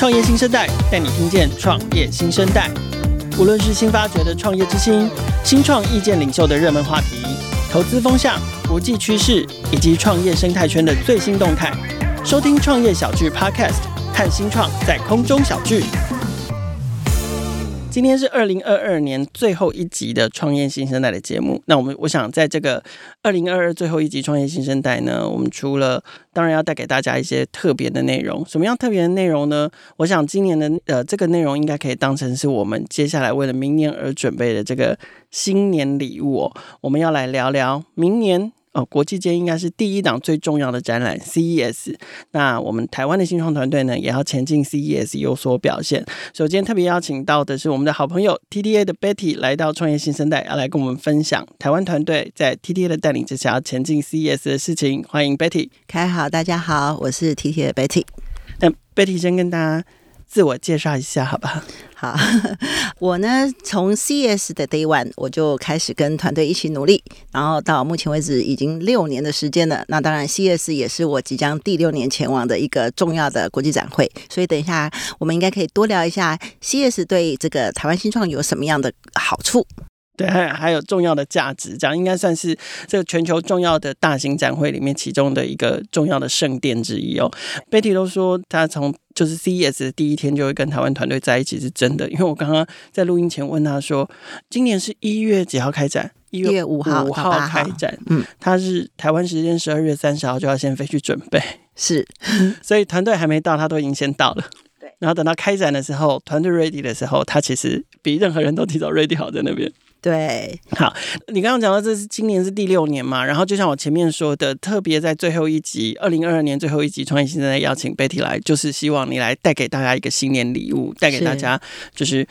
创业新生代带你听见创业新生代，无论是新发掘的创业之星、新创意见领袖的热门话题、投资风向、国际趋势以及创业生态圈的最新动态，收听创业小聚 Podcast， 和新创在空中小聚。今天是2022年最后一集的创业新生代的节目。那我想在这个2022最后一集创业新生代呢，我们除了当然要带给大家一些特别的内容。什么样特别的内容呢？我想今年的这个内容应该可以当成是我们接下来为了明年而准备的这个新年礼物哦。我们要来聊聊明年国际间应该是第一档最重要的展览 CES， 那我们台湾的新创团队呢也要前进 CES 有所表现。首先特别邀请到的是我们的好朋友 TTA 的 Betty 来到创业新生代，要来跟我们分享台湾团队在 TTA 的带领之下要前进 CES 的事情。欢迎 Betty。 开好，大家好，我是 TTA 的 Betty。 那 Betty 先跟大家自我介绍一下好吧？ 好，我呢从 CES 的 Day One 我就开始跟团队一起努力，然后到目前为止已经6年的时间了。那当然 CES 也是我即将第6年前往的一个重要的国际展会，所以等一下我们应该可以多聊一下 CES 对这个台湾新创有什么样的好处。 对，还有重要的价值，这样应该算是这个全球重要的大型展会里面其中的一个重要的圣殿之一哦。Betty 都说他从就是 CES 的第一天就会跟台湾团队在一起，是真的。因为我刚刚在录音前问他说，今年是1月几号开展？1月5号开展。他是台湾时间12月30号就要先飞去准备， 是， 所以团队还没到，他都已经先到了。然后等到开展的时候，团队 ready 的时候，他其实比任何人都提早 ready 好在那边。 对， 好，你刚刚讲到这是今年是第6年嘛，然后就像我前面说的，特别在最后一集2022年最后一集创业新生代邀请 Betty 来，就是希望你来带给大家一个新年礼物，带给大家就是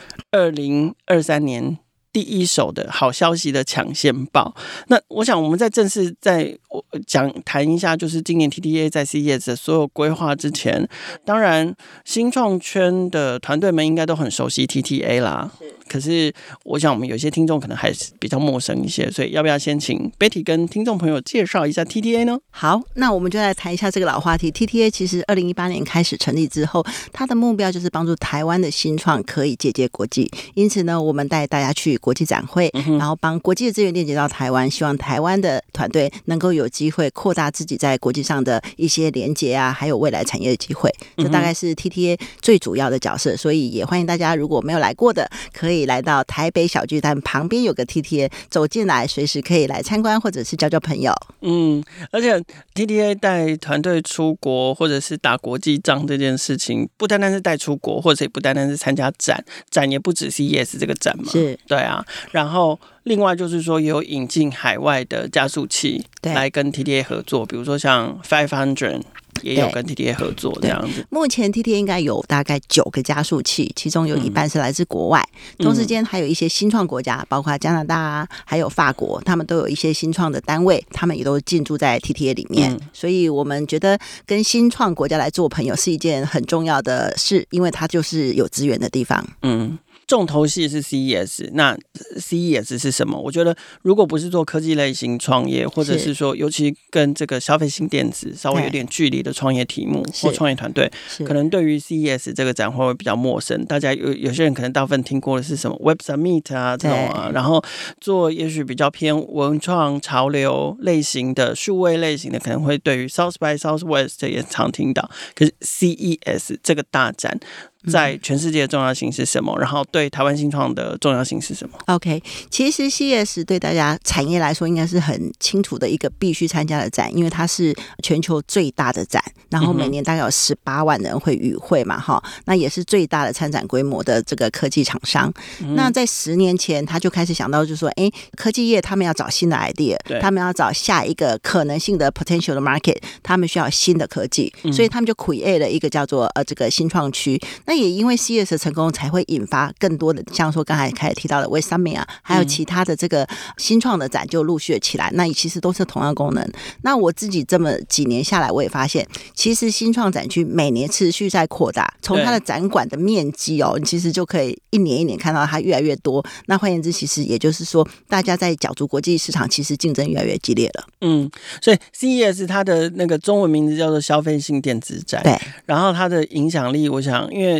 2023年第一手的好消息的抢先报。那我想我们在正式在谈一下就是今年 TTA 在 CES 的所有规划之前，当然新创圈的团队们应该都很熟悉 TTA 啦，可是我想我们有些听众可能还是比较陌生一些，所以要不要先请 Betty 跟听众朋友介绍一下 TTA 呢？ 好，那我们就来谈一下这个老话题。 TTA 其实2018年开始成立之后，它的目标就是帮助台湾的新创可以借鉴国际，因此呢我们带大家去国际展会，然后帮国际的资源链接到台湾，希望台湾的团队能够有机会扩大自己在国际上的一些连结啊，还有未来产业的机会。这大概是 TTA 最主要的角色，所以也欢迎大家如果没有来过的，可以来到台北小巨蛋旁边有个 TTA， 走进来随时可以来参观或者是交交朋友。 而且 TTA 带团队出国或者是打国际仗这件事情，不单单是带出国，或者也不单单是参加展也不止 CES 这个展嘛， 是， 对啊。然后另外就是说也有引进海外的加速器来跟 TTA 合作，比如说像500也有跟 TTA 合作这样子。 目前 TTA 应该有大概9个加速器，其中有一半是来自国外，同时间还有一些新创国家，包括加拿大啊，还有法国，他们都有一些新创的单位，他们也都进驻在 TTA 里面。所以我们觉得跟新创国家来做朋友是一件很重要的事，因为它就是有资源的地方。 重头戏是 CES， 那 CES 是什么？我觉得如果不是做科技类型创业，或者是说尤其跟这个消费性电子稍微有点距离的创业题目或创业团队，可能对于 CES 这个展会会比较陌生。大家有些人可能大部分听过的是什么 Web Summit 啊这种啊，然后做也许比较偏文创潮流类型的数位类型的，可能会对于 South by Southwest 也常听到。可是 CES 这个大展在全世界的重要性是什么？然后对台湾新创的重要性是什么？ OK， 其实 CES 对大家产业来说应该是很清楚的一个必须参加的展，因为它是全球最大的展，然后每年大概有18万人会与会嘛，那也是最大的参展规模的这个科技厂商。那在10年前他就开始想到就是说，科技业他们要找新的 idea， 他们要找下一个可能性的 potential 的 market， 他们需要新的科技，所以他们就 create 了一个叫做这个新创区。那也因为 CES 的成功，才会引发更多的像说刚才开始提到的 Web Summit 啊，还有其他的这个新创的展就陆续起来。那其实都是同样功能。那我自己这么几年下来，我也发现其实新创展区每年持续在扩大，从它的展馆的面积你其实就可以一年一年看到它越来越多。那换言之，其实也就是说大家在角逐国际市场，其实竞争越来越激烈了。 所以 CES 它的那个中文名字叫做消费性电子展， 对， 然后它的影响力，我想因为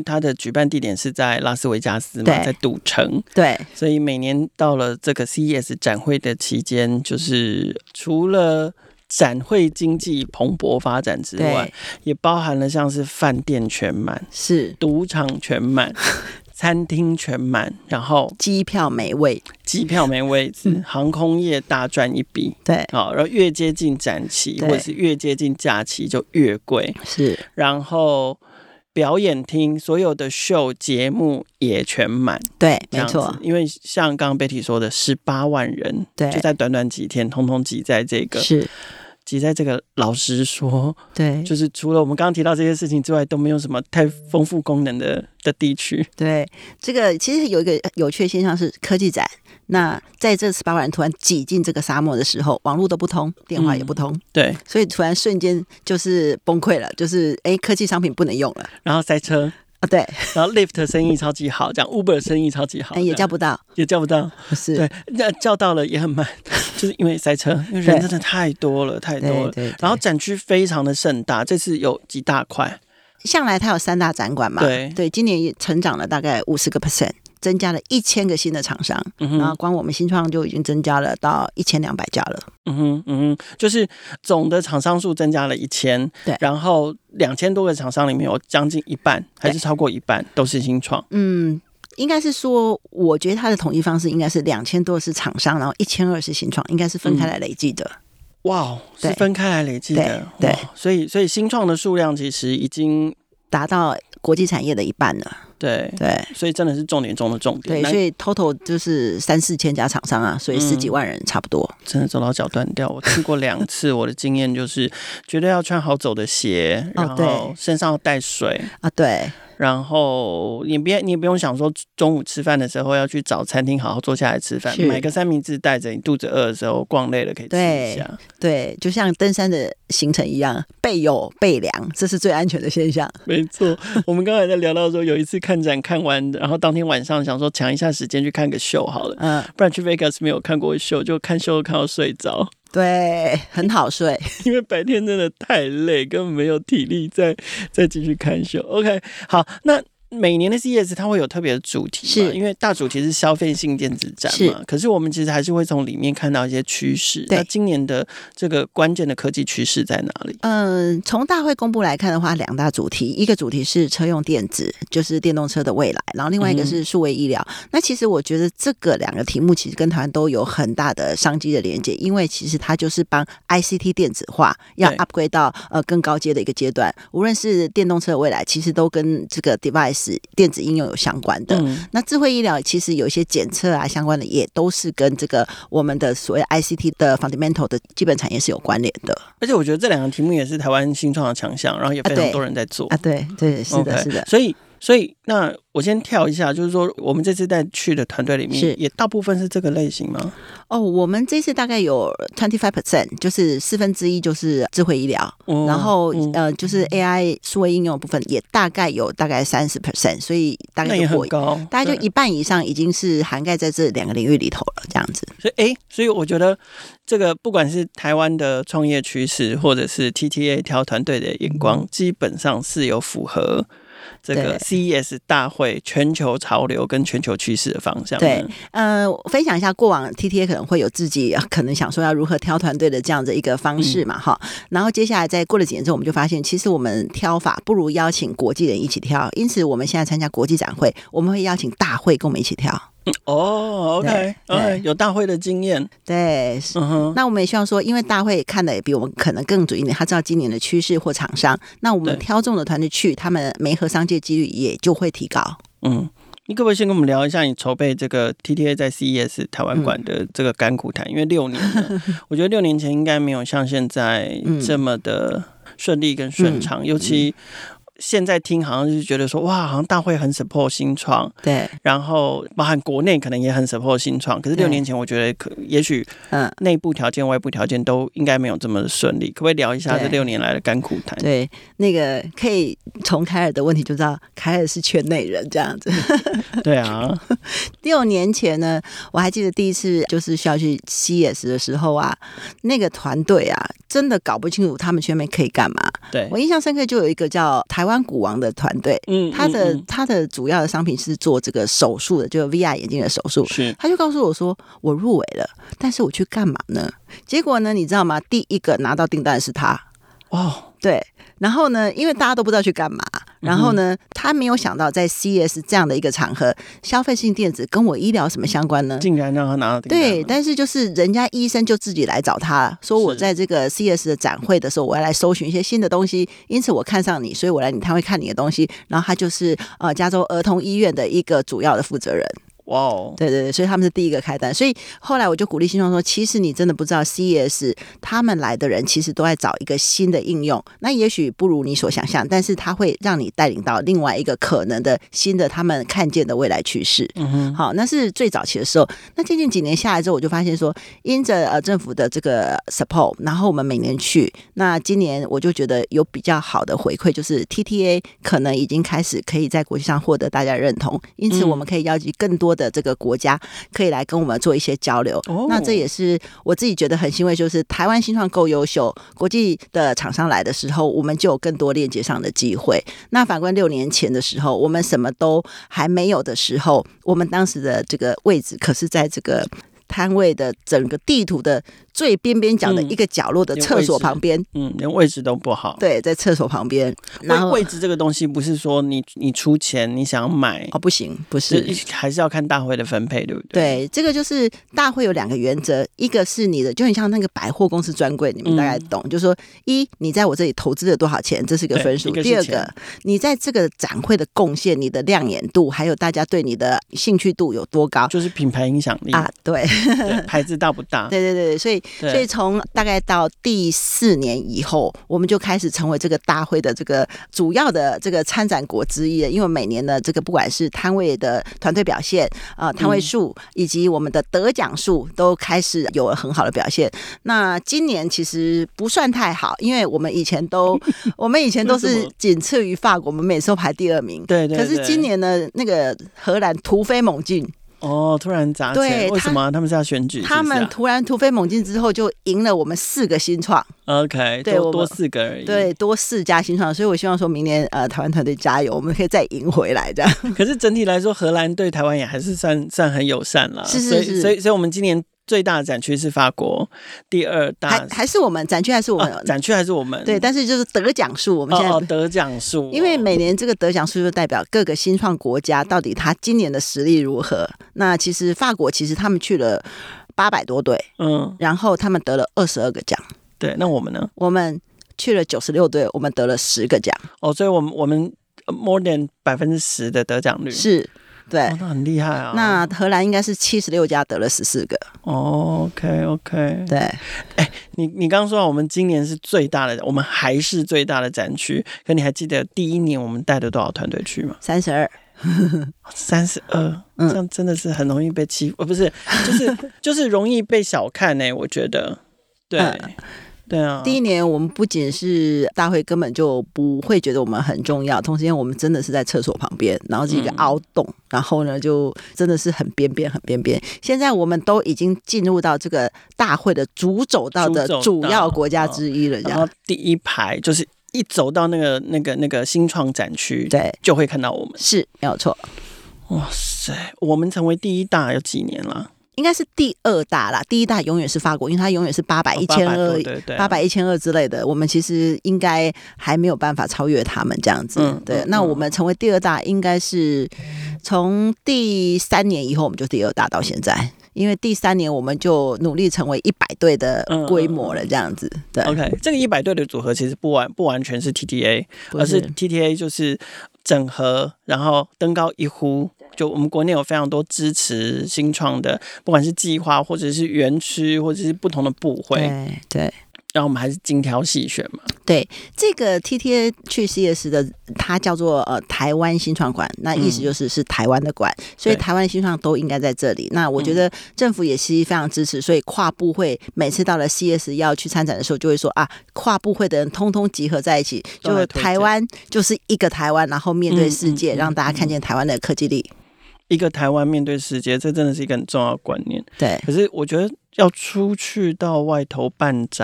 它的举办地点是在拉斯维加斯嘛，在赌城， 对， 所以每年到了这个 CES 展会的期间，就是除了展会经济蓬勃发展之外，也包含了像是饭店全满， 是赌场全满。餐厅全满，然后机票没位置，航空业大赚一笔。 对， 然后越接近展期或者是越接近假期就越贵。 是， 然后表演厅所有的秀节目也全满。 对，没错。 因为像刚刚 Betty 说的，18万人，对，就在短短几天，通通挤在这个是。 挤在这个，老实说， 对， 就是除了我们刚刚提到这些事情之外，都没有什么太丰富功能的地区。 对，这个其实有一个有趣的现象是科技展。那在这18万人突然挤进这个沙漠的时候，网络都不通，电话也不通， 对， 所以突然瞬间就是崩溃了，就是科技商品不能用了， 然后塞车。对，然后 Lyft 生意超级好，这样 Uber 生意超级好， 也叫不到， 是，对，叫到了也很慢，就是因为塞车，因为人真的太多了，太多了。对，然后展区非常的盛大，这次有几大块， 向来它有3大展馆嘛，对，今年也成长了大概50%。增加了1000个新的厂商，然后光我们新创就已经增加了到1200家了。 就是总的厂商数增加了1000，对，然后2000多个厂商里面有将近一半，还是超过一半都是新创。 应该是说，我觉得它的统计方式应该是2000多是厂商，然后1200是新创，应该是分开来累计的。 哇，是分开来累计的，对，所以新创的数量其实已经达到国际产业的一半了。 对，所以真的是重点中的重点。 对，所以 total 就是3-4千家厂商啊，所以10几万人差不多。 真的走到脚断掉。我去过2次，我的经验就是绝对要穿好走的鞋，然后身上要带水啊，对。 然后你也不用想说中午吃饭的时候要去找餐厅好好坐下来吃饭，买个三明治带着，你肚子饿的时候逛累了可以吃一下。 对，就像登山的行程一样，备有备粮，这是最安全的现象。 没错，我们刚才在聊到说有一次看展看完，然后当天晚上想说抢一下时间去看个秀好了，不然去 Vegas 没有看过秀，就看秀看到睡着。 对，很好睡， 因为白天真的太累，根本没有体力再继续看秀。OK， 好，那每年的 CES 它会有特别的主题嘛？因为大主题是消费性电子展嘛。可是我们其实还是会从里面看到一些趋势。那今年的这个关键的科技趋势在哪里？ 从大会公布来看的话，2大主题，一个主题是车用电子，就是电动车的未来，然后另外一个是数位医疗。那其实我觉得这个2个题目其实跟台湾都有很大的商机的连接，因为其实它就是帮 ICT 电子化要 upgrade 到更高阶的一个阶段。无论是电动车的未来，其实都跟这个 device电子应用有相关的。那智慧医疗其实有一些检测啊相关的，也都是跟这个我们的所谓 ICT 的 fundamental 的基本产业是有关联的。 而且我觉得这2个题目也是台湾新创的强项，然后也非常多人在做。 对，是的，是的。 所以那我先跳一下，就是说我们这次带去的团队里面，也大部分是这个类型吗？ 我们这次大概有 25%， 就是1/4就是智慧医疗，然后就是 AI 数位应用的部分也大概有30%，所以大概也很高， 大概就一半以上已经是涵盖在这2个领域里头了，这样子。 所以我觉得这个不管是台湾的创业趋势，或者是 TTA 挑团队的眼光，基本上是有符合这个 CES 大会全球潮流跟全球趋势的方向。 对，分享一下过往 TTA 可能会有自己可能想说要如何挑团队的这样的一个方式嘛，然后接下来在过了几年之后，我们就发现其实我们挑法不如邀请国际人一起挑，因此我们现在参加国际展会，我们会邀请大会跟我们一起挑。 OK， 有大会的经验。 对，那我们也希望说，因为大会看的也比我们可能更准一点，他知道今年的趋势或厂商，那我们挑中的团队去，他们媒合商界几率也就会提高。 你可不可以先跟我们聊一下你筹备这个 TTA 在 CES 台湾馆的这个甘苦谈？因为6年了，我觉得6年前应该没有像现在这么的顺利跟顺畅，尤其现在听好像就是觉得说，哇，好像大会很 support 新创， 对， 然后包含国内可能也很 support 新创，可是6年前我觉得也许内部条件、外部条件都应该没有这么顺利。可不可以聊一下这6年来的甘苦谈？ 对，那个可以从凯尔的问题就知道，凯尔是圈内人这样子。 对啊 ，6年前呢，我还记得第一次就是需要去 CES 的时候啊，那个团队啊， 真的搞不清楚他们去那边可以干嘛。 对， 我印象深刻就有一个叫台湾股王的团队，他的主要的商品是做这个手术的，就是 VR 眼镜的手术。 是， 他就告诉我说，我入围了，但是我去干嘛呢？结果呢，你知道吗？第一个拿到订单是他。 哦， 对，然后呢，因为大家都不知道去干嘛，然后呢，他没有想到在 CES 这样的一个场合，消费性电子跟我医疗什么相关呢？ 竟然让他拿到订单。 对，但是就是人家医生就自己来找他，说我在这个 CES 的展会的时候，我要来搜寻一些新的东西，因此我看上你，所以我来你摊位看你的东西。然后他就是加州儿童医院的一个主要的负责人。 哇哦， 对对对，所以他们是第一个开单，所以后来我就鼓励新创说，其实你真的不知道 CES 他们来的人其实都在找一个新的应用，那也许不如你所想象，但是它会让你带领到另外一个可能的新的他们看见的未来趋势。好，那是最早期的时候。那渐渐几年下来之后，我就发现说，因着政府的这个 support， 然后我们每年去，那今年我就觉得有比较好的回馈，就是 TTA 可能已经开始可以在国际上获得大家认同，因此我们可以邀集更多的这个国家可以来跟我们做一些交流。那这也是我自己觉得很欣慰，就是台湾新创够优秀，国际的厂商来的时候，我们就有更多链接上的机会。那反观6年前的时候，我们什么都还没有的时候，我们当时的这个位置可是在这个摊位的整个地图的最边边角的一个角落的厕所旁边， 连位置都不好。 对，在厕所旁边。然后位置这个东西不是说你出钱你想买不行，不是， 还是要看大会的分配，对不对？ 对，这个就是大会有2个原则，一个是你的就很像那个百货公司专柜，你们大概懂，就是说一你在我这里投资了多少钱，这是一个分数；第二个你在这个展会的贡献，你的亮眼度，还有大家对你的兴趣度有多高， 就是品牌影响力啊，对， 牌子大不大？ 对对对，所以从大概到第4年以后，我们就开始成为这个大会的这个主要的这个参展国之一了。因为每年的这个不管是摊位的团队表现摊位数以及我们的得奖数都开始有了很好的表现。那今年其实不算太好，因为我们以前都是仅次于法国，我们每次都排第2名。 对对对。 可是今年呢，那个荷兰突飞猛进。 突然砸钱，为什么他们是要选举？ 他们突然突飞猛进之后，就赢了我们4个新创。 OK， 对，多4个而已。 对，多4家新创，所以我希望说明年台湾团队加油，我们可以再赢回来这样。 可是整体来说，荷兰对台湾也还是算很友善了。 是， 所以我们今年最大的展区是法国，第2大还是我们展区还是我们、 展区还是我们对，但是就是得奖数，我们现在得奖数， 因为每年这个得奖数就代表各个新创国家到底他今年的实力如何。那其实法国其实他们去了800多队，然后他们得了22个奖。对， 那我们呢？ 我们去了96队，我们得了10个奖。 所以我们 more than 10%的得奖率是。对， 那很厉害啊！ 那荷兰应该是76家得了14个。 OK， 对。 你刚刚说我们今年是最大的，我们还是最大的展区。可你还记得第1年我们带了多少团队去吗 ？32。 32，这样真的是很容易被欺负，不是？就是容易被小看呢，我觉得。对。对啊， 第1年我们不仅是大会根本就不会觉得我们很重要，同时间我们真的是在厕所旁边，然后是一个凹洞，然后呢就真的是很边边。现在我们都已经进入到这个大会的主走道的主要国家之一了，这样。 然后第1排就是一走到那个新创展区， 对， 就会看到我们，是没有错。 哇塞，我们成为第1大有几年了？ 应该是第2大啦，第1大永远是法国，因为它永远是800、1200、800、1200之类的。我们其实应该还没有办法超越他们这样子。对，那我们成为第2大，应该是从第3年以后，我们就第2大到现在。因为第3年我们就努力成为100队的规模了，这样子。对 ，OK， 这个100队的组合其实不完全是 TTA， 而是 TTA 就是整合，然后登高一呼。就我们国内有非常多支持新创的，不管是计划或者是园区或者是不同的部会， 对， 然后我们还是精挑细选嘛。 对，这个 TTA 去 CES 的，它叫做台湾新创馆，那意思就是是台湾的馆，所以台湾新创都应该在这里。那我觉得政府也是非常支持，所以跨部会每次到了 CES 要去参展的时候，就会说跨部会的人通通集合在一起，就台湾就是一个台湾，然后面对世界，让大家看见台湾的科技力。 一个台湾面对世界，这真的是一个很重要的观念。 对， 可是我觉得要出去到外头办展，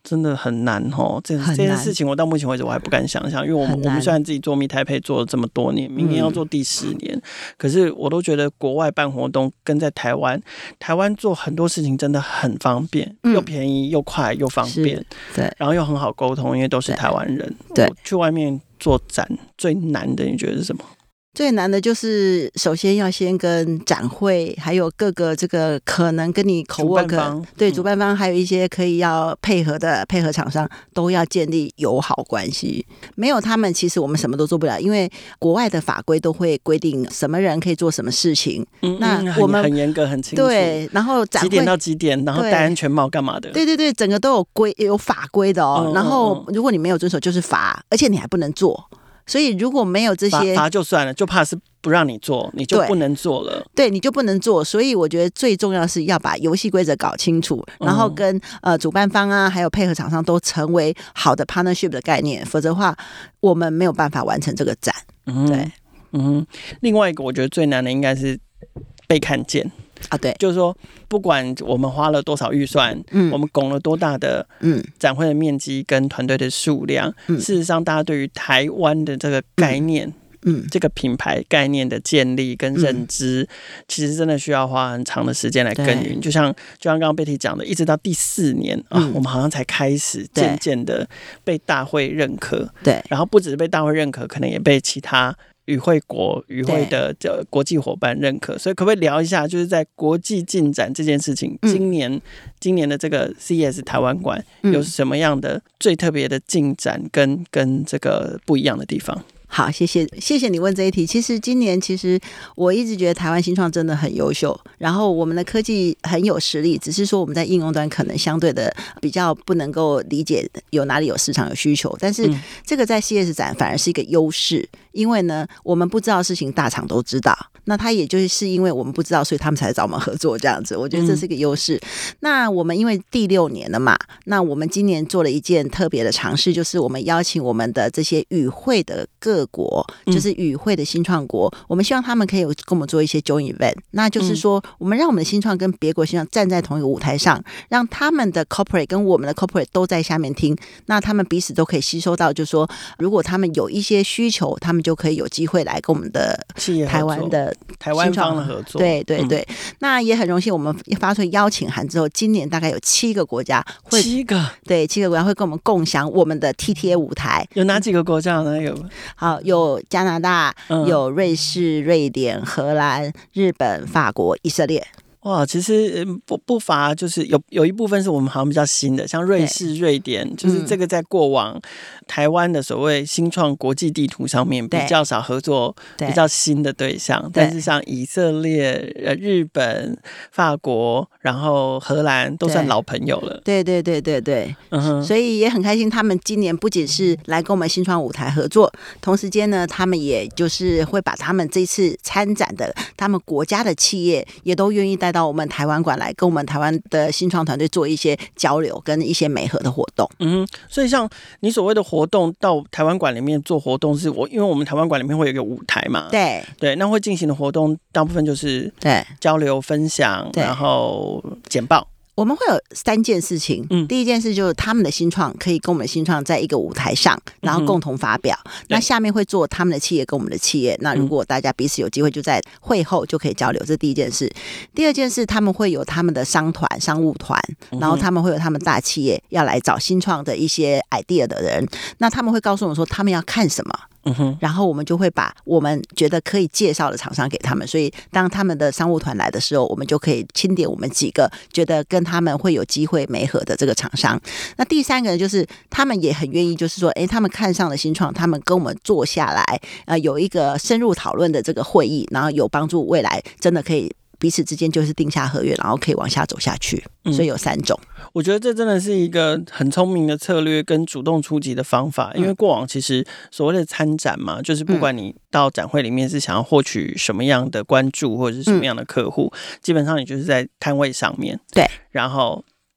真的很难哦，这件事情我到目前为止我还不敢想象，因为我们虽然自己做 Meet Taipei 做了这么多年，明年要做第10年，可是我都觉得国外办活动跟在台湾做很多事情真的很方便，又便宜又快又方便， 对， 然后又很好沟通，因为都是台湾人。对，去外面做展最难的，你觉得是什么？ 最难的就是首先要先跟展会还有各个这个可能跟你口 work 对主办方还有一些可以要配合的配合厂商都要建立友好关系，没有他们其实我们什么都做不了，因为国外的法规都会规定什么人可以做什么事情，那我们很严格很清楚， 对，然后展会几点到几点，然后戴安全帽干嘛的， 对对对，整个都有法规的哦，然后如果你没有遵守就是罚，而且你还不能做。所以如果没有这些罚就算了，就怕是不让你做，你就不能做了。 对，你就不能做。所以我觉得最重要是要把游戏规则搞清楚，然后跟主办方啊，还有配合厂商都成为好的 partnership 的概念，否则的话，我们没有办法完成这个展。对， 另外一个我觉得最难的应该是被看见。 啊，对， 就是说，不管我们花了多少预算，我们拱了多大的展会的面积跟团队的数量，事实上，大家对于台湾的这个概念，这个品牌概念的建立跟认知，其实真的需要花很长的时间来耕耘。就像刚刚Betty讲的，一直到第4年我们好像才开始渐渐的被大会认可，对，然后不只是被大会认可，可能也被其他与会的国际伙伴认可，所以可不可以聊一下，就是在国际进展这件事情，今年的这个 CES 台湾馆有什么样的最特别的进展跟这个不一样的地方？ 好，谢谢你问这一题。其实今年我一直觉得台湾新创真的很优秀，然后我们的科技很有实力，只是说我们在应用端可能相对的比较不能够理解有哪里有市场有需求，但是这个在 CES 展反而是一个优势，因为呢我们不知道的事情大厂都知道，那他也就是因为我们不知道，所以他们才找我们合作这样子，我觉得这是一个优势。那我们因为第6年了嘛，那我们今年做了一件特别的尝试，就是我们邀请我们的这些与会的各国，就是与会的新创国，我们希望他们可以跟我们做一些 joint event， 那就是说我们让我们的新创跟别国新创站在同一个舞台上，让他们的 corporate 跟我们的 corporate 都在下面听，那他们彼此都可以吸收到，就是说如果他们有一些需求，他们就可以有机会来跟我们的台湾方的合作。对对对，那也很荣幸，我们发出邀请函之后，今年大概有7个国家会7个国家会跟我们共享我们的 TTA 舞台。 有哪几个国家呢？ 好，有加拿大，有瑞士、瑞典、荷兰、日本、法国、以色列。 哇，其实不乏就是有一部分是我们好像比较新的，像瑞士、瑞典，就是这个在过往台湾的所谓新创国际地图上面比较少合作，比较新的对象。但是像以色列、日本、法国，然后荷兰都算老朋友了。对对对对对，所以也很开心，他们今年不仅是来跟我们新创舞台合作，同时间呢，他们也就是会把他们这次参展的他们国家的企业也都愿意带到我们台湾馆来跟我们台湾的新创团队做一些交流跟一些媒合的活动。 所以像你所谓的活动到台湾馆里面做活动，因为我们台湾馆里面会有一个舞台嘛，对，那会进行的活动大部分就是交流分享，然后简报。 我们会有3件事情，第一件事就是他们的新创可以跟我们的新创在一个舞台上，然后共同发表。那下面会做他们的企业跟我们的企业，那如果大家彼此有机会，就在会后就可以交流，这是第一件事。第二件事，他们会有他们的商务团，然后他们会有他们大企业要来找新创的一些 idea 的人，那他们会告诉我们说他们要看什么。然后我们就会把我们觉得可以介绍的厂商给他们，所以当他们的商务团来的时候，我们就可以钦点我们几个觉得跟他们会有机会媒合的这个厂商。那第3个呢，就是他们也很愿意，就是说他们看上的新创，他们跟我们坐下来有一个深入讨论的这个会议，然后有帮助未来真的可以彼此之间就是定下合约，然后可以往下走下去。所以有3种。 我觉得这真的是一个很聪明的策略跟主动出击的方法，因为过往其实所谓的参展嘛，就是不管你到展会里面是想要获取什么样的关注或者是什么样的客户，基本上你就是在摊位上面，对，然后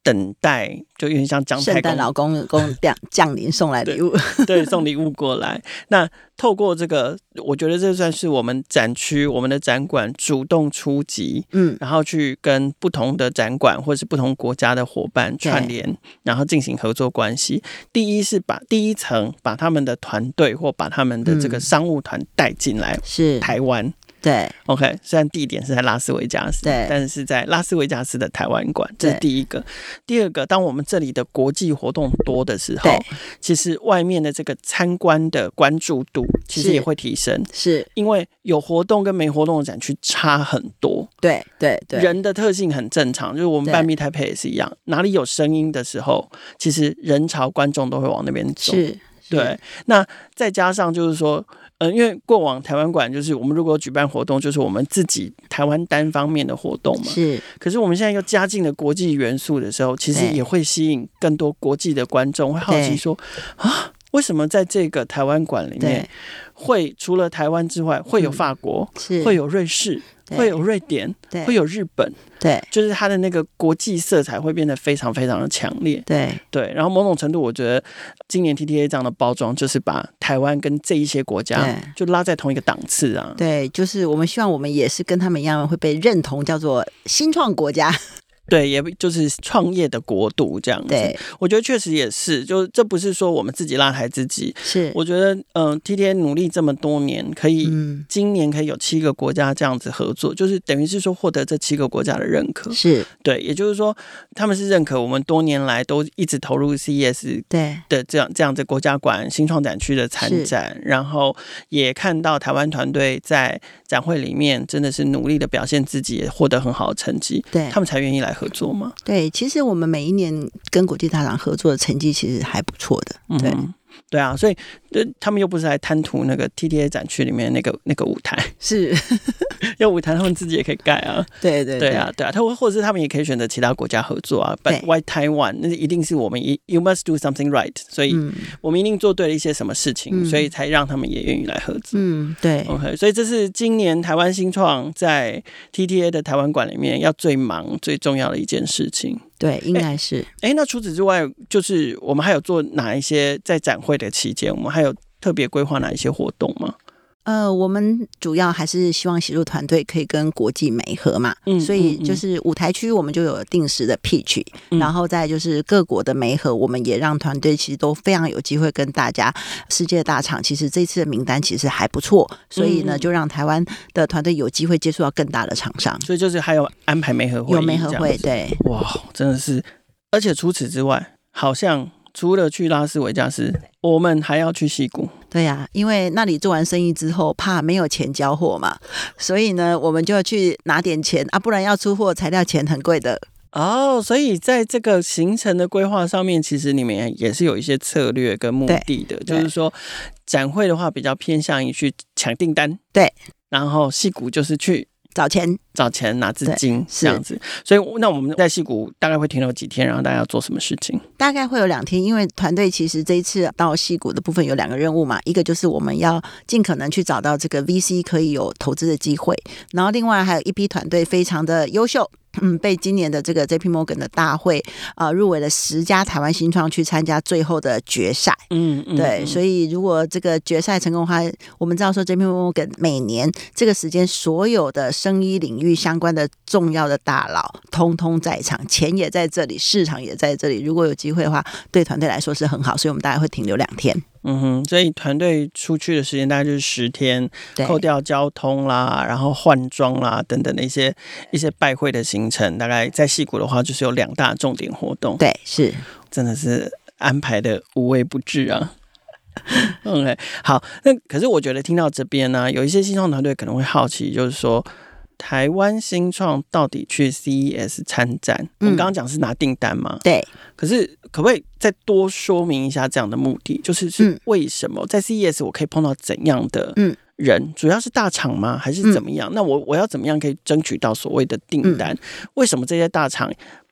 等待，就有点像姜太公圣诞老公降临送来礼物， 对，送礼物过来。那透过这个，我觉得这算是我们展区、我们的展馆主动出击，然后去跟不同的展馆或是不同国家的伙伴串联，然后进行合作关系。第一是把第一层把他们的团队或把他们的这个商务团带进来， 是台湾。 对 ，OK， 虽然地点是在拉斯维加斯， 对， 但是是在拉斯维加斯的台湾馆，这是第一个。第二个，当我们这里的国际活动多的时候，其实外面的这个参观的关注度其实也会提升， 是因为有活动跟没活动的展区差很多。 对对对， 人的特性很正常，就是我们办 Meet Taipei 也是一样，哪里有声音的时候，其实人潮观众都会往那边走。 是， 对。那再加上就是说。因为过往台湾馆就是我们如果举办活动，就是我们自己台湾单方面的活动嘛。 是。 可是我们现在又加进了国际元素的时候，其实也会吸引更多国际的观众，会好奇说啊，为什么在这个台湾馆里面，会除了台湾之外，会有法国，会有瑞士，会有瑞典，会有日本。 对， 就是它的那个国际色彩会变得非常非常的强烈。对，然后某种程度，我觉得今年 TTA 这样的包装，就是把台湾跟这一些国家就拉在同一个档次啊。 对，就是我们希望我们也是跟他们一样会被认同，叫做新创国家。 对，也就是创业的国度这样子。 对， 我觉得确实也是，就这不是说我们自己拉抬自己， 是我觉得TTA 努力这么多年，可以今年可以有7个国家这样子合作，就是等于是说获得这7个国家的认可。 是对，也就是说他们是认可我们多年来都一直投入 CES 的这样的国家馆新创展区的参展，然后也看到台湾团队在展会里面真的是努力的表现自己，也获得很好的成绩， 对， 他们才愿意来合作吗？ 对，其实我们每一年跟国际大厂合作的成绩其实还不错的。 对啊，所以他们又不是来贪图那个 TTA 展区里面那个舞台， 是要舞台他们自己也可以盖啊。对啊，或者是他们也可以选择其他国家合作啊。But why Taiwan？ 那一定是我们 You must do something right， 所以我们一定做对了一些什么事情，所以才让他们也愿意来合作。 对 ，OK， 所以这是今年台湾新创在 TTA 的台湾馆里面要最忙最重要的一件事情。 对，应该是。 那除此之外，就是我们还有做哪一些在展会的期间，我们还有特别规划哪一些活动吗？ 我们主要还是希望协助团队可以跟国际媒合嘛，所以就是舞台区我们就有定时的 pitch，然后再就是各国的媒合，我们也让团队其实都非常有机会跟大家世界大厂，其实这次的名单其实还不错，所以呢就让台湾的团队有机会接触到更大的厂商， 所以就是还有安排媒合会， 有媒合会，对， 哇，真的是，而且除此之外，好像除了去拉斯维加斯，我们还要去矽谷。 对呀，因为那里做完生意之后，怕没有钱交货嘛，所以呢，我们就要去拿点钱啊，不然要出货材料钱很贵的。 所以在这个行程的规划上面，其实你们也是有一些策略跟目的的，就是说展会的话比较偏向于去抢订单， 对， 然后矽谷就是去找钱拿资金这样子，所以那我们在矽谷大概会停留几天，然后大家要做什么事情？ 大概会有2天，因为团队其实这一次到矽谷的部分有2个任务嘛，一个就是我们要尽可能去找到这个 VC 可以有投资的机会，然后另外还有一批团队非常的优秀。被今年的这个 JP Morgan 的大会入围了10家台湾新创去参加最后的决赛。对，所以如果这个决赛成功的话，我们知道说 JP Morgan 每年这个时间所有的生医领域相关的重要的大佬通通在场，钱也在这里，市场也在这里。如果有机会的话，对团队来说是很好，所以我们大概会停留2天。 所以团队出去的时间大概就是10天，扣掉交通啦，然后换装啦等等的一些拜会的行程，大概在矽谷的话就是有2大重点活动。 对，是真的是安排的无微不至啊。OK， 好，那可是我觉得听到这边呢，有一些新创团队可能会好奇，就是说台湾新创到底去 CES 参展，我们刚刚讲是拿订单嘛？ 对。 可是可不可以再多说明一下这样的目的？就是为什么在 CES 我可以碰到怎样的人？主要是大厂吗？还是怎么样？那我要怎么样可以争取到所谓的订单？为什么这些大厂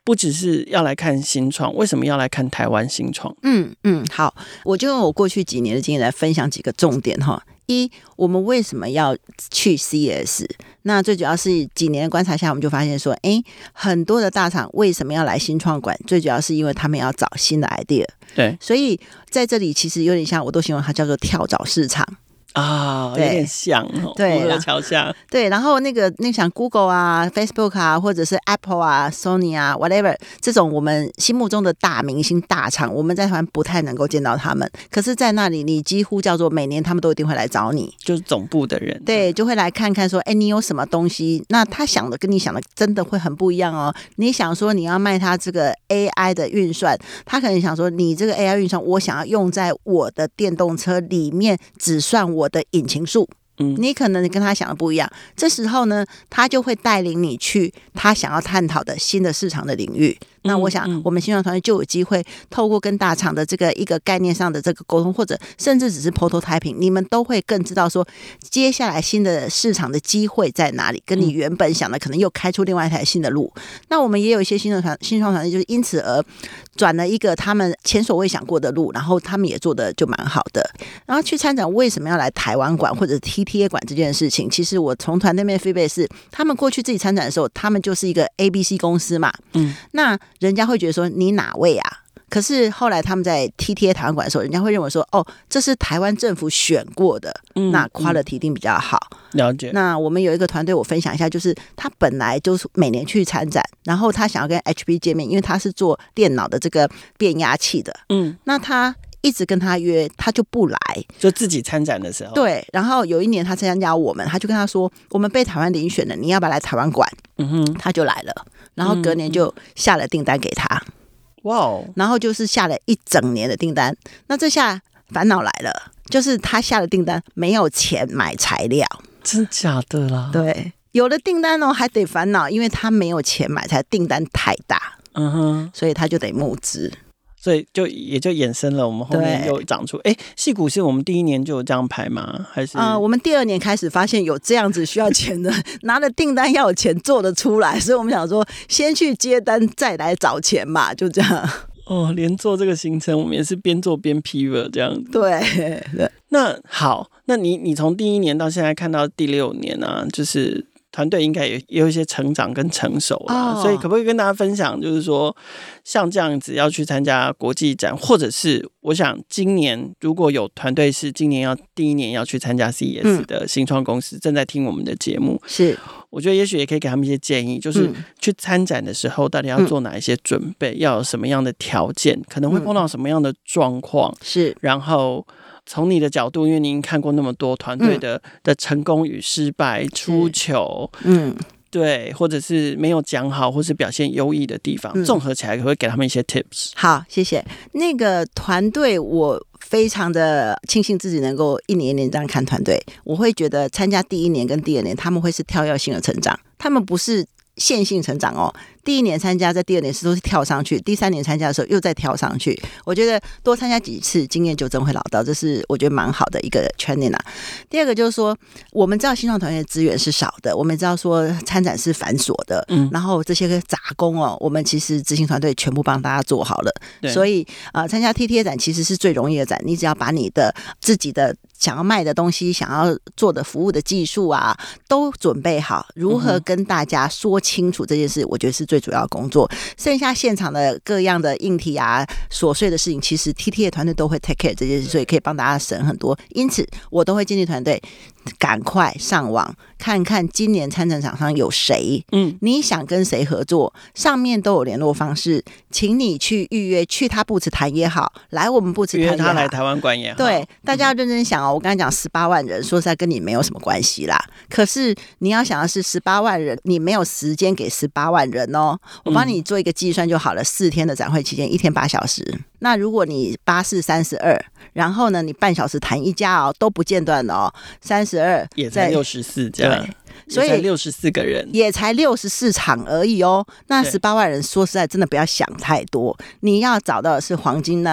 不只是要来看新创，为什么要来看台湾新创？ 好，我就用我过去几年的经验来分享几个重点哈。一，我们为什么要去 CES？ 那最主要是几年的观察下，我们就发现说，很多的大厂为什么要来新创馆？最主要是因为他们要找新的 idea。 对， 所以在这里其实有点像，我都形容它叫做跳蚤市场。 有点像对， 吴河桥下， 对，然后那像 Google 啊、Facebook 啊，或者是 Apple 啊、Sony 啊 ，whatever 这种我们心目中的大明星大厂，我们在台湾不太能够见到他们。可是，在那里你几乎叫做每年他们都一定会来找你， 就是总部的人， 对，就会来看看说，你有什么东西？那他想的跟你想的真的会很不一样哦。你想说你要卖他这个 AI 的运算，他可能想说你这个 AI 运算，我想要用在我的电动车里面，只算我的引擎数。你可能跟他想的不一样，这时候呢，他就会带领你去他想要探讨的新的市场的领域。那我想，我们新创团队就有机会透过跟大厂的这个一个概念上的这个沟通，或者甚至只是 prototyping， 你们都会更知道说，接下来新的市场的机会在哪里，跟你原本想的可能又开出另外一条新的路。那我们也有一些新创团队，就是因此而转了一个他们前所未想过的路，然后他们也做的就蛮好的。然后去参展为什么要来台湾馆或者 TTA 馆这件事情，其实我从团队面 feedback 是，他们过去自己参展的时候，他们就是一个 ABC 公司嘛，那人家会觉得说你哪位啊？可是后来他们在 TTA 台湾馆的时候，人家会认为说，这是台湾政府选过的，那 quality 一定比较好。 了解。那我们有一个团队，我分享一下，就是他本来就是每年去参展，然后他想要跟 HP 见面，因为他是做电脑的这个变压器的，那他一直跟他约，他就不来， 就自己参展的时候。 对，然后有一年他参加我们，他就跟他说，我们被台湾遴选了，你要不要来台湾馆？他就来了，然后隔年就下了订单给他。哇哦！然后就是下了一整年的订单。那这下烦恼来了，就是他下了订单没有钱买材料。 真假的啦？ 对，有了订单还得烦恼，因为他没有钱买材，订单太大。所以他就得募资。 所以也就衍生了，我们后面又长出。矽谷是我们第一年就有这样排吗？还是我们第二年开始发现有这样子需要钱的，拿了订单要有钱做得出来，所以我们想说先去接单再来找钱嘛，就这样。 连做这个行程我们也是边做边 pivot 这样子。 对。 那好，那你从第一年到现在看到第6年啊，就是团队应该也有一些成长跟成熟啦，所以可不可以跟大家分享，就是说像这样子要去参加国际展，或者是我想今年如果有团队是今年第一年要去参加 CES 的新创公司，正在听我们的节目， 是我觉得也许也可以给他们一些建议，就是去参展的时候到底要做哪一些准备，要有什么样的条件，可能会碰到什么样的状况， 是， 然后从你的角度，因为您看过那么多团队的成功与失败、出糗，对，或者是没有讲好，或是表现优异的地方，综合起来可不可以给他们一些 tips？ 好，谢谢。那个团队，我非常的庆幸自己能够一年一年这样看团队。我会觉得参加第一年跟第二年，他们会是跳跃性的成长，他们不是线性成长哦。第一年参加，在第二年都是跳上去，第三年参加的时候又再跳上去。我觉得多参加几次，经验就真会老到，这是我觉得蛮好的一个 training 啊。第二个就是说，我们知道新创团队的资源是少的，我们知道说参展是繁琐的，然后这些个杂工我们其实执行团队全部帮大家做好了。所以参加 TTA 展其实是最容易的展，你只要把你的自己的想要卖的东西、想要做的服务的技术啊，都准备好，如何跟大家说清楚这件事，我觉得是最主要的工作。剩下现场的各样的硬体啊、琐碎的事情，其实 TTA 团队都会 take care 这件事，所以可以帮大家省很多。因此，我都会建议团队赶快上网看看今年参展厂商有谁，你想跟谁合作，上面都有联络方式，请你去预约，去他布池谈也好，来我们布池谈也好， 约他来台湾馆也好。 对，大家要认真想我刚才讲18万人，说实在跟你没有什么关系啦。可是你要想的是18万人，你没有时间给18万人哦。我帮你做一个计算就好了，4天的展会期间，1天8小时。那如果你8×4 32，然后呢，你半小时谈一家都不间断的32 也才64这样。所以64个人， 也才64场而已哦。那18万人，说实在，真的不要想太多。你要找到的是黄金那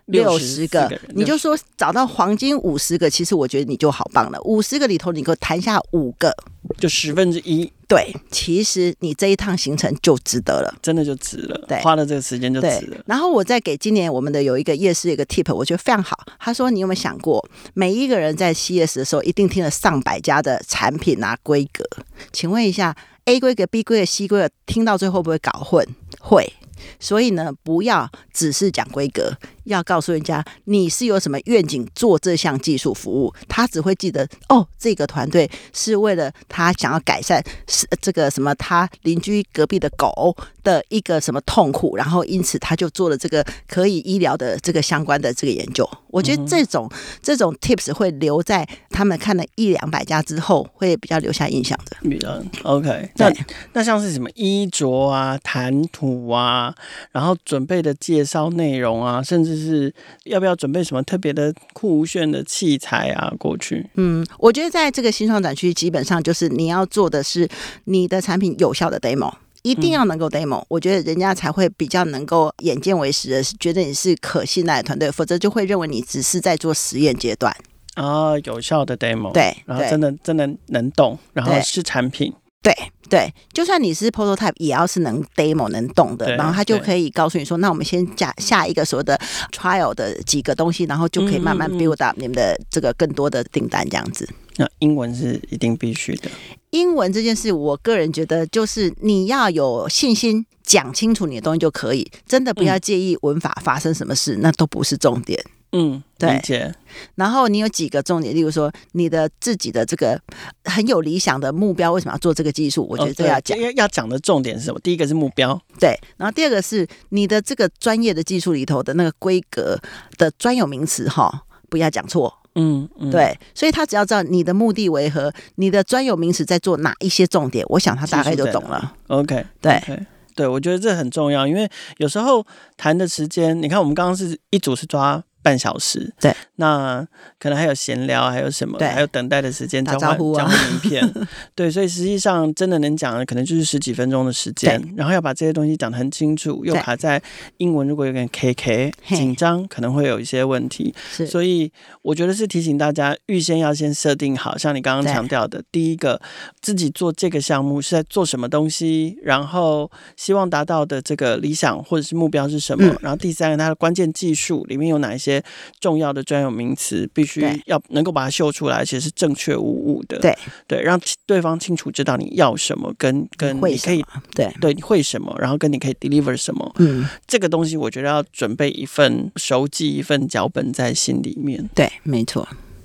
60个，你就说找到黄金50个，其实我觉得你就好棒了。50个里头，你给我谈下5个， 就1/10。 对，其实你这一趟行程就值得了， 真的就值了， 对， 花了这个时间就值了。 然后我再给今年我们的有一个夜市一个 tip， 我觉得非常好。他说你有没有想过，每一个人在 CS 的时候一定听了上百家的产品啊规格，请问一下 A 规格 B 规格 C 规格，听到最后会不会搞混？会。所以呢，不要只是讲规格，要告诉人家你是有什么愿景做这项技术服务，他只会记得这个团队是为了他想要改善这个什么他邻居隔壁的狗的一个什么痛苦，然后因此他就做了这个可以医疗的这个相关的这个研究。我觉得这种 tips 会留在他们看了100-200家之后，会比较留下印象的。 OK， 那像是什么衣着啊、谈吐啊，然后准备的介绍内容啊，甚至是要不要准备什么特别的酷炫的器材啊过去。 我觉得在这个新创展区，基本上就是你要做的是你的产品有效的 demo。一定要能够 demo，我觉得人家才会比较能够眼见为实的，觉得你是可信赖的团队，否则就会认为你只是在做实验阶段。 有效的 demo， 对， 然后真的能动，然后是产品。 对，就算你是 prototype， 也要是能 demo 能动的，然后他就可以告诉你说，那我们先下一个所谓的 trial 的几个东西，然后就可以慢慢 build up 你们的这个更多的订单这样子。 那英文是一定必须的。 英文这件事，我个人觉得就是你要有信心讲清楚你的东西就可以，真的不要介意文法发生什么事，那都不是重点。 对，理解。 然后你有几个重点，例如说你的自己的这个很有理想的目标，为什么要做这个技术？我觉得这个要讲。 要讲的重点是什么？第一个是目标， 对。然后第二个是你的这个专业的技术里头的那个规格的专有名词不要讲错。对，所以他只要知道你的目的为何，你的专有名词在做哪一些重点，我想他大概就懂了。 OK， 对，我觉得这很重要，因为有时候谈的时间，你看我们刚刚是一组是抓半小时， 对， 那可能还有闲聊，还有什么，还有等待的时间， 打招呼交换名片，对，所以实际上真的能讲的可能就是10几分钟的时间，然后要把这些东西讲得很清楚，又卡在英文，如果有点 KK 紧张，可能会有一些问题，所以我觉得是提醒大家预先要先设定好，像你刚刚强调的，第一个自己做这个项目是在做什么东西，然后希望达到的这个理想或者是目标是什么，然后第三个它的关键技术里面有哪一些重要的专有名词，必须要能够把它秀出来，而且是正确无误的。对，让对方清楚知道你要什么，跟你可以对你会什么，然后跟你可以 deliver 什么。这个东西我觉得要准备一份熟记，一份脚本在心里面。 对，没错。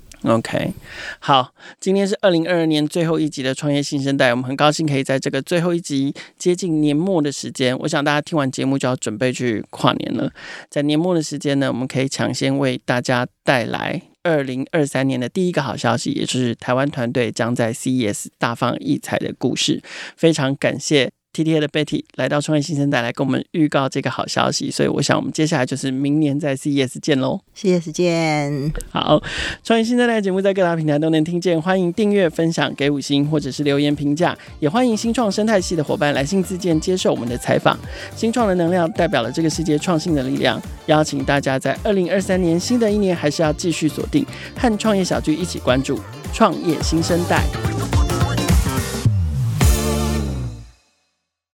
OK， 好，今天是2022年最后一集的创业新生代，我们很高兴可以在这个最后一集接近年末的时间，我想大家听完节目就要准备去跨年了。在年末的时间呢，我们可以抢先为大家带来2023年的第一个好消息，也就是台湾团队将在 CES 大放异彩的故事。非常感谢TTA 的 Betty 来到创业新生代来跟我们预告这个好消息，所以我想我们接下来就是明年在 CES 见咯。 CES 见。 好，创业新生代的节目在各大平台都能听见，欢迎订阅、分享、给5星或者是留言评价，也欢迎新创生态系的伙伴来信自荐接受我们的采访。新创的能量代表了这个世界创新的力量，邀请大家在2023年新的一年还是要继续锁定，和创业小聚一起关注创业新生代。